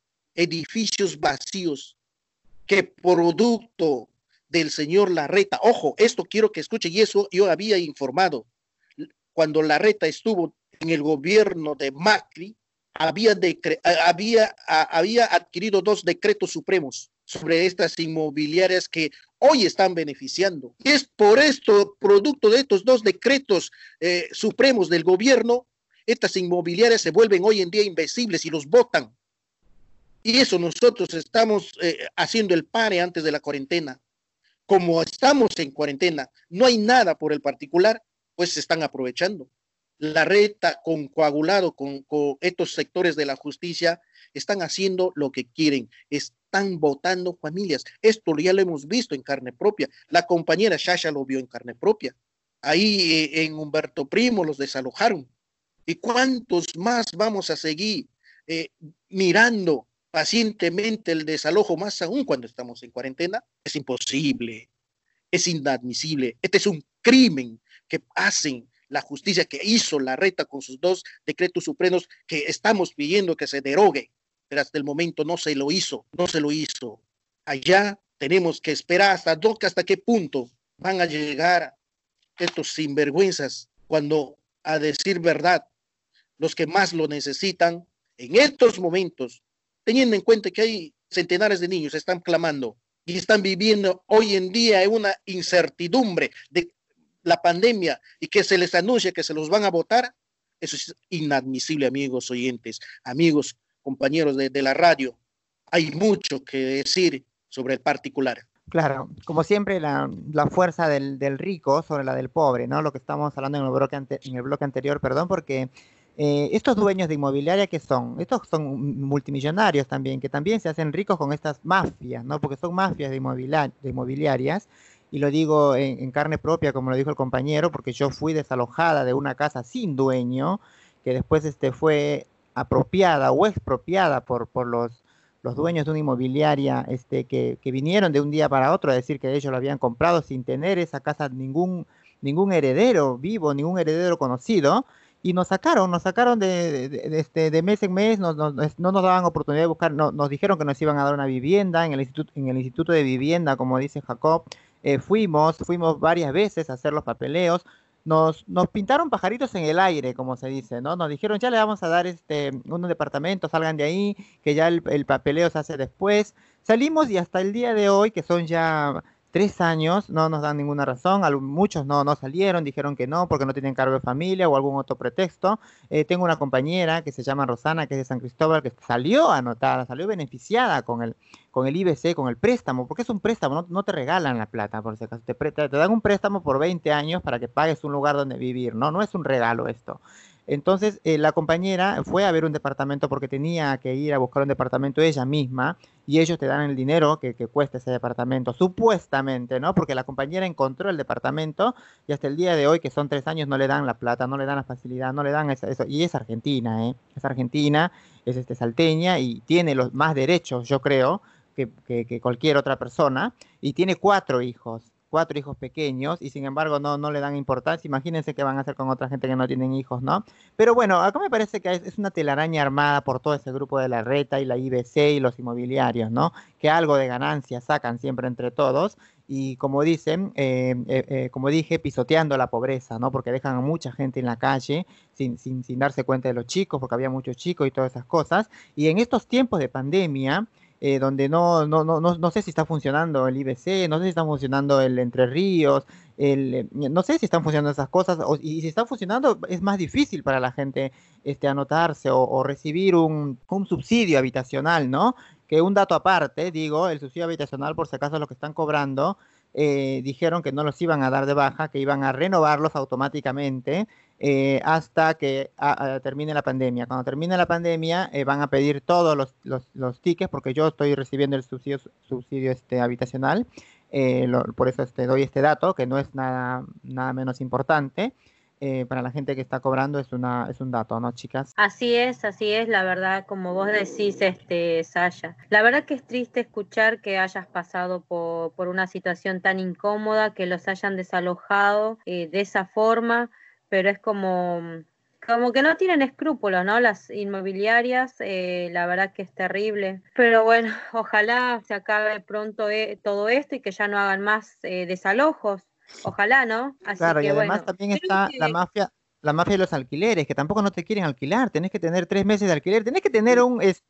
que producto del señor Larreta, ojo, esto quiero que escuche, y eso yo había informado, cuando Larreta estuvo en el gobierno de Macri, había adquirido 2 decretos supremos sobre estas inmobiliarias que hoy están beneficiando. Y es por esto, producto de estos 2 decretos supremos del gobierno, estas inmobiliarias se vuelven hoy en día invencibles y los votan. Y eso nosotros estamos haciendo el pare antes de la cuarentena. Como estamos en cuarentena, no hay nada por el particular, pues se están aprovechando. Larreta, coagulado con estos sectores de la justicia, están haciendo lo que quieren, están votando familias. Esto ya lo hemos visto en carne propia. La compañera Shasha lo vio en carne propia. Ahí en Humberto Primo los desalojaron. ¿Y cuántos más vamos a seguir mirando pacientemente el desalojo, más aún cuando estamos en cuarentena? Es imposible, es inadmisible. Este es un crimen que hacen la justicia, que hizo Larreta con sus 2 decretos supremos que estamos pidiendo que se derogue, pero hasta el momento no se lo hizo. Allá tenemos que esperar hasta qué punto van a llegar estos sinvergüenzas, cuando, a decir verdad, los que más lo necesitan en estos momentos, teniendo en cuenta que hay centenares de niños que están clamando y están viviendo hoy en día en una incertidumbre de la pandemia, y que se les anuncia que se los van a votar, eso es inadmisible, amigos oyentes, amigos, compañeros de la radio. Hay mucho que decir sobre el particular. Claro, como siempre, la fuerza del rico sobre la del pobre, ¿no? Lo que estamos hablando en el bloque anterior, perdón, porque estos dueños de inmobiliaria, ¿qué son? Estos son multimillonarios también, que también se hacen ricos con estas mafias, ¿no? Porque son mafias de inmobiliarias, y lo digo en carne propia, como lo dijo el compañero, porque yo fui desalojada de una casa sin dueño, que después fue apropiada o expropiada por los dueños de una inmobiliaria que vinieron de un día para otro a decir que ellos lo habían comprado sin tener esa casa ningún heredero vivo, ningún heredero conocido, y nos sacaron de mes en mes, no nos daban oportunidad de buscar, nos dijeron que nos iban a dar una vivienda en el instituto de vivienda, como dice Jacob. Fuimos varias veces a hacer los papeleos. Nos pintaron pajaritos en el aire, como se dice, ¿no? Nos dijeron, ya le vamos a dar un departamento, salgan de ahí, que ya el papeleo se hace después. Salimos y hasta el día de hoy, que son ya 3 años, no nos dan ninguna razón. Muchos no salieron, dijeron que no, porque no tienen cargo de familia o algún otro pretexto. Tengo una compañera que se llama Rosana, que es de San Cristóbal, que salió anotada, salió beneficiada con el IBC, con el préstamo, porque es un préstamo, no te regalan la plata, por si acaso, te dan un préstamo por 20 años para que pagues un lugar donde vivir, no es un regalo esto. Entonces la compañera fue a ver un departamento porque tenía que ir a buscar un departamento ella misma, y ellos te dan el dinero que cuesta ese departamento, supuestamente, ¿no? Porque la compañera encontró el departamento y hasta el día de hoy, que son 3 años, no le dan la plata, no le dan la facilidad, no le dan eso. Y es argentina, es argentina, es salteña, y tiene los más derechos, yo creo, que cualquier otra persona, y tiene 4 hijos pequeños, y sin embargo no le dan importancia. Imagínense qué van a hacer con otra gente que no tienen hijos, ¿no? Pero bueno, acá me parece que es una telaraña armada por todo ese grupo de Larreta y la IBC y los inmobiliarios, ¿no? Que algo de ganancia sacan siempre entre todos, y como dicen, como dije, pisoteando la pobreza, ¿no? Porque dejan a mucha gente en la calle sin darse cuenta de los chicos, porque había muchos chicos y todas esas cosas. Y en estos tiempos de pandemia, donde no sé si está funcionando el IBC, no sé si está funcionando el Entre Ríos, no sé si están funcionando esas cosas, y si están funcionando es más difícil para la gente anotarse o recibir un subsidio habitacional, ¿no? Que un dato aparte, digo, el subsidio habitacional, por si acaso lo que están cobrando, dijeron que no los iban a dar de baja, que iban a renovarlos automáticamente hasta que termine la pandemia. Cuando termine la pandemia van a pedir todos los tickets, porque yo estoy recibiendo el subsidio habitacional, por eso doy este dato, que no es nada menos importante. Para la gente que está cobrando es un dato, ¿no, chicas? Así es, la verdad, como vos decís, Saya. La verdad que es triste escuchar que hayas pasado por una situación tan incómoda, que los hayan desalojado de esa forma, pero es como que no tienen escrúpulos, ¿no? Las inmobiliarias, la verdad que es terrible. Pero bueno, ojalá se acabe pronto todo esto y que ya no hagan más desalojos. Ojalá, ¿no? Así claro, que, y además también está la mafia de los alquileres, que tampoco no te quieren alquilar. Tenés que tener 3 meses de alquiler, tenés que tener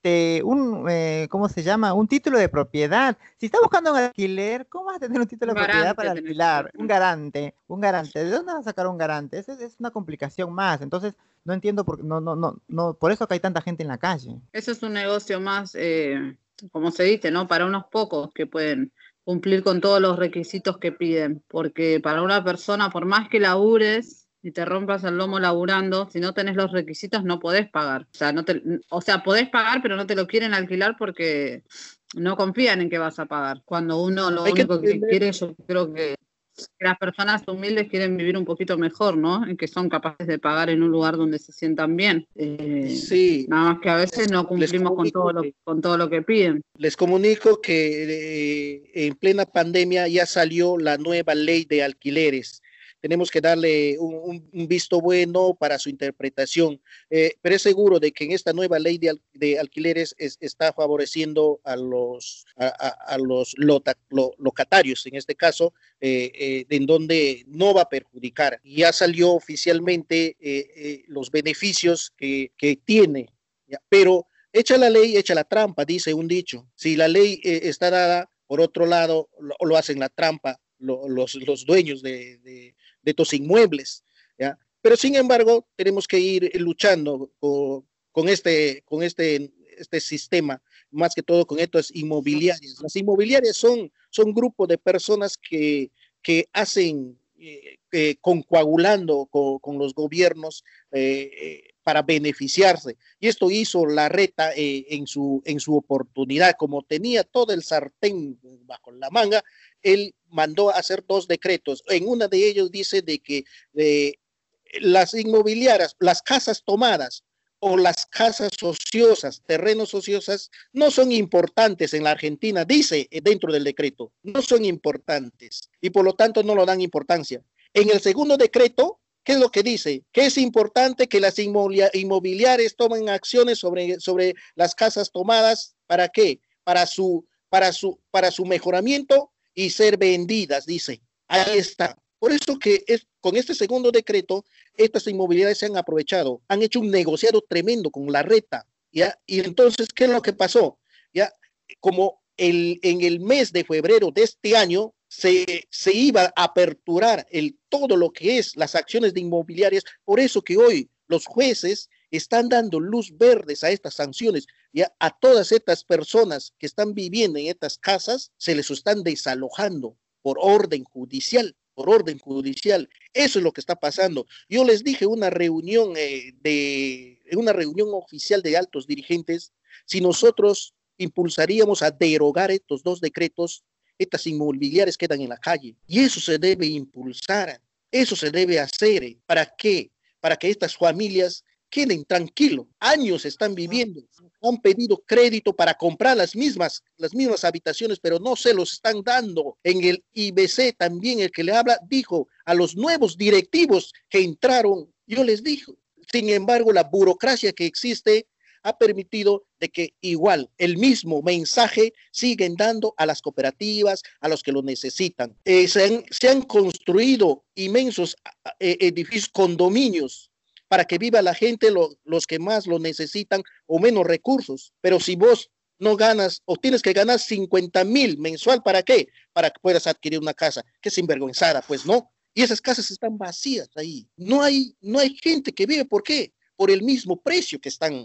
¿cómo se llama? Un título de propiedad. Si estás buscando un alquiler, ¿cómo vas a tener un título de propiedad para alquilar? Un garante. ¿De dónde vas a sacar un garante? Es una complicación más. Entonces, no entiendo por eso que hay tanta gente en la calle. Eso es un negocio más, como se dice, ¿no? Para unos pocos que pueden cumplir con todos los requisitos que piden, porque para una persona, por más que labures y te rompas el lomo laburando, si no tenés los requisitos no podés pagar. O sea, podés pagar, pero no te lo quieren alquilar porque no confían en que vas a pagar. Cuando uno lo único que quiere, yo creo que que las personas humildes quieren vivir un poquito mejor, ¿no? Y que son capaces de pagar en un lugar donde se sientan bien. Sí. Nada más que a veces no cumplimos con todo lo que piden. Les comunico que en plena pandemia ya salió la nueva ley de alquileres. Tenemos que darle un visto bueno para su interpretación, pero es seguro de que en esta nueva ley de alquileres está favoreciendo a los locatarios, en este caso, en donde no va a perjudicar. Ya salió oficialmente los beneficios que tiene, ¿ya? Pero echa la ley, echa la trampa, dice un dicho. Si la ley está dada, por otro lado, lo hacen la trampa los dueños de estos inmuebles, ¿ya? Pero sin embargo, tenemos que ir luchando con este sistema, más que todo con estas inmobiliarias. Las inmobiliarias son grupos de personas que hacen concoagulando con los gobiernos para beneficiarse. Y esto hizo Larreta en su oportunidad, como tenía todo el sartén bajo la manga. Él mandó a hacer 2 decretos. En uno de ellos dice de que las inmobiliarias, las casas tomadas o las casas ociosas, terrenos ociosos, no son importantes en la Argentina, dice dentro del decreto, no son importantes y por lo tanto no lo dan importancia. En el segundo decreto, ¿qué es lo que dice? Que es importante que las inmobiliarias tomen acciones sobre las casas tomadas. ¿Para qué? Para su mejoramiento y ser vendidas, dice. Ahí está. Por eso que con este segundo decreto, estas inmobiliarias se han aprovechado, han hecho un negociado tremendo con Larreta, ¿ya? Y entonces, ¿qué es lo que pasó? ¿Ya? Como en el mes de febrero de este año se iba a aperturar todo lo que es las acciones de inmobiliarias, por eso que hoy los jueces están dando luz verdes a estas sanciones, ya a todas estas personas que están viviendo en estas casas, se les están desalojando por orden judicial. Eso es lo que está pasando. Yo les dije en una reunión oficial de altos dirigentes, si nosotros impulsaríamos a derogar estos 2 decretos, estas inmobiliarias quedan en la calle. Y eso se debe impulsar, eso se debe hacer. ¿Para qué? Para que estas familias queden tranquilos. Años están viviendo, han pedido crédito para comprar las mismas habitaciones, pero no se los están dando. En el IBC también el que le habla dijo a los nuevos directivos que entraron, yo les dije, sin embargo, la burocracia que existe ha permitido de que igual el mismo mensaje siguen dando a las cooperativas, a los que lo necesitan. Se han construido inmensos edificios, condominios, para que viva la gente, los que más lo necesitan o menos recursos. Pero si vos no ganas o tienes que ganar 50,000 mensual, ¿para qué? Para que puedas adquirir una casa. Qué sinvergüenzada, pues no. Y esas casas están vacías ahí. No hay gente que vive. ¿Por qué? Por el mismo precio que están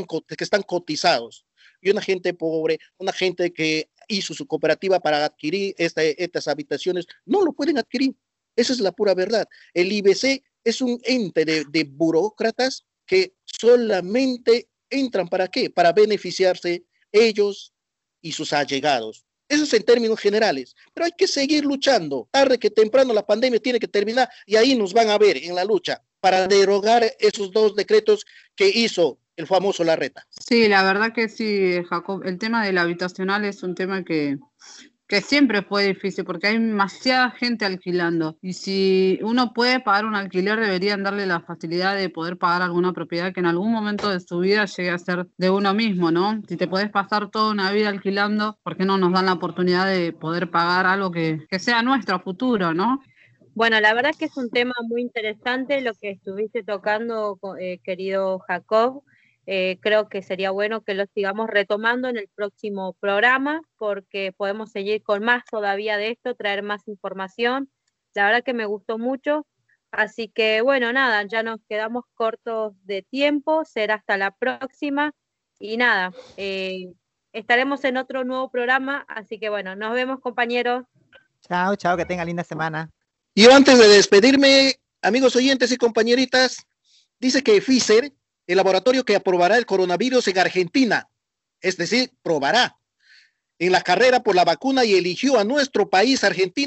cotizados. Y una gente pobre, una gente que hizo su cooperativa para adquirir estas habitaciones, no lo pueden adquirir. Esa es la pura verdad. El IBC es un ente de burócratas que solamente entran ¿para qué? Para beneficiarse ellos y sus allegados. Eso es en términos generales. Pero hay que seguir luchando. Tarde que temprano la pandemia tiene que terminar y ahí nos van a ver en la lucha para derogar esos 2 decretos que hizo el famoso Larreta. Sí, la verdad que sí, Jacob. El tema del habitacional es un tema que siempre fue difícil porque hay demasiada gente alquilando y si uno puede pagar un alquiler deberían darle la facilidad de poder pagar alguna propiedad que en algún momento de su vida llegue a ser de uno mismo, ¿no? Si te podés pasar toda una vida alquilando, ¿por qué no nos dan la oportunidad de poder pagar algo que sea nuestro futuro, ¿no? Bueno, la verdad que es un tema muy interesante lo que estuviste tocando, querido Jacob. Creo que sería bueno que lo sigamos retomando en el próximo programa porque podemos seguir con más todavía de esto, traer más información. La verdad que me gustó mucho. Así que bueno, nada, ya nos quedamos cortos de tiempo, será hasta la próxima. Y nada, estaremos en otro nuevo programa. Así que bueno, nos vemos, compañeros. Chao, chao, que tengan linda semana. Y yo antes de despedirme, amigos oyentes y compañeritas, dice que Pfizer, el laboratorio que aprobará el coronavirus en Argentina, es decir, probará en la carrera por la vacuna y eligió a nuestro país, Argentina,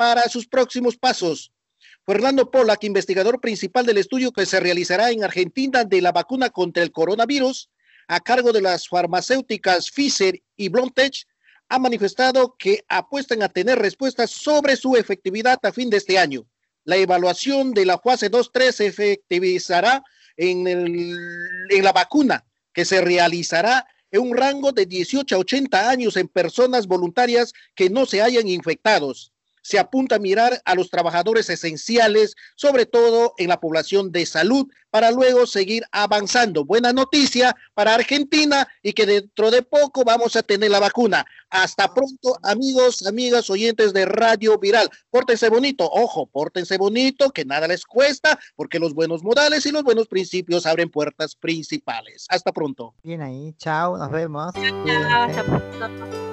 para sus próximos pasos. Fernando Pollack, investigador principal del estudio que se realizará en Argentina de la vacuna contra el coronavirus, a cargo de las farmacéuticas Pfizer y BioNTech, ha manifestado que apuestan a tener respuestas sobre su efectividad a fin de este año. La evaluación de la fase 2-3 se efectivizará en la vacuna, que se realizará en un rango de 18 a 80 años en personas voluntarias que no se hayan infectados. Se apunta a mirar a los trabajadores esenciales, sobre todo en la población de salud, para luego seguir avanzando. Buena noticia para Argentina y que dentro de poco vamos a tener la vacuna. Hasta pronto, amigos, amigas, oyentes de Radio Viral. Pórtense bonito, ojo, pórtense bonito, que nada les cuesta, porque los buenos modales y los buenos principios abren puertas principales. Hasta pronto. Bien ahí, chao, nos vemos. Hasta pronto.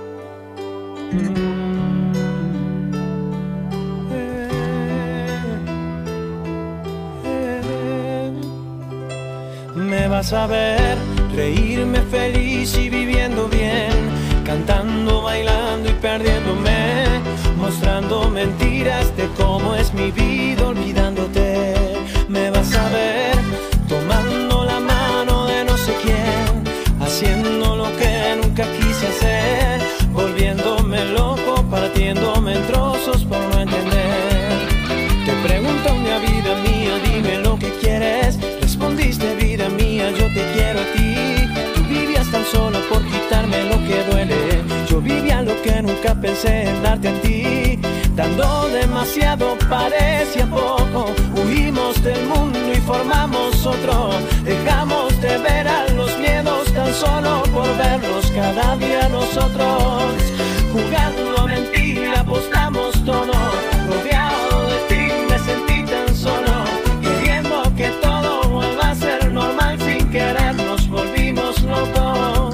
Me vas a ver reírme feliz y viviendo bien, cantando, bailando y perdiéndome, mostrando mentiras de cómo es mi vida olvidándote. Me vas a ver tomando la mano de no sé quién, haciendo lo que nunca quise hacer, volviéndome loco, partiéndome en trozos por no entender. Te pregunto una vida mía, dime lo que quieres. Respondiste, vida mía, yo te quiero a ti. Tú vivías tan solo por quitarme lo que duele. Yo vivía lo que nunca pensé en darte a ti. Dando demasiado parecía poco. Huimos del mundo y formamos otro. Dejamos de ver a los miedos tan solo por verlos cada día nosotros. Jugando a mentir, apostamos todo. Rodeado de ti me sentí tan solo. Queriendo que todo vuelva a ser normal, sin querer nos volvimos locos.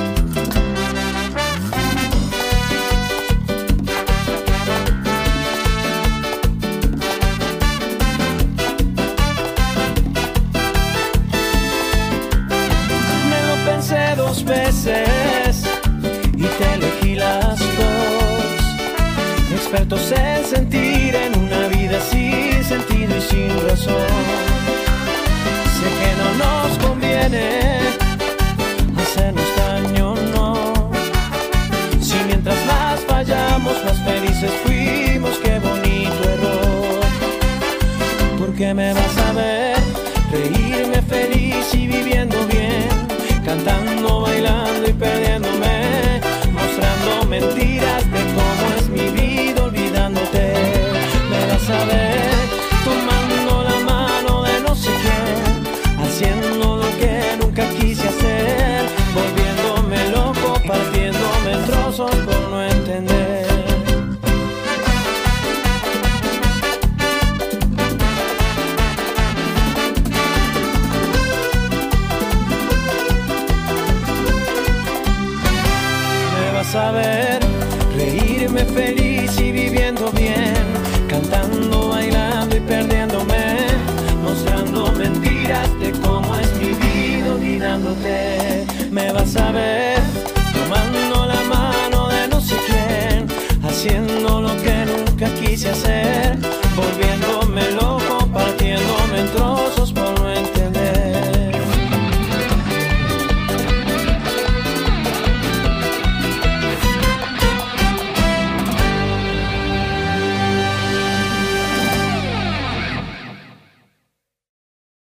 Me lo pensé 2 veces y te elegí las 2. Expertos en sentir en una vida sin sentido y sin razón. Sé que no nos conviene hacernos daño, no. Si mientras más fallamos, más felices fuimos, qué bonito error. Porque me vas a ver reírme feliz y viviendo bien, cantando, bailando y perdiéndome, mostrando mentiras de cómo es mi vida olvidándote. Me vas a ver tomando la mano de no sé quién, haciendo lo que nunca quise hacer, volviéndome loco, partiéndome en trozos por no entender. Me vas a ver reírme feliz y viviendo bien, cantando, bailando y perdiéndome, mostrando mentiras de cómo es mi vida olvidándote. Me vas a ver tomando la mano de no sé quién, haciendo lo que nunca quise hacer, volviendo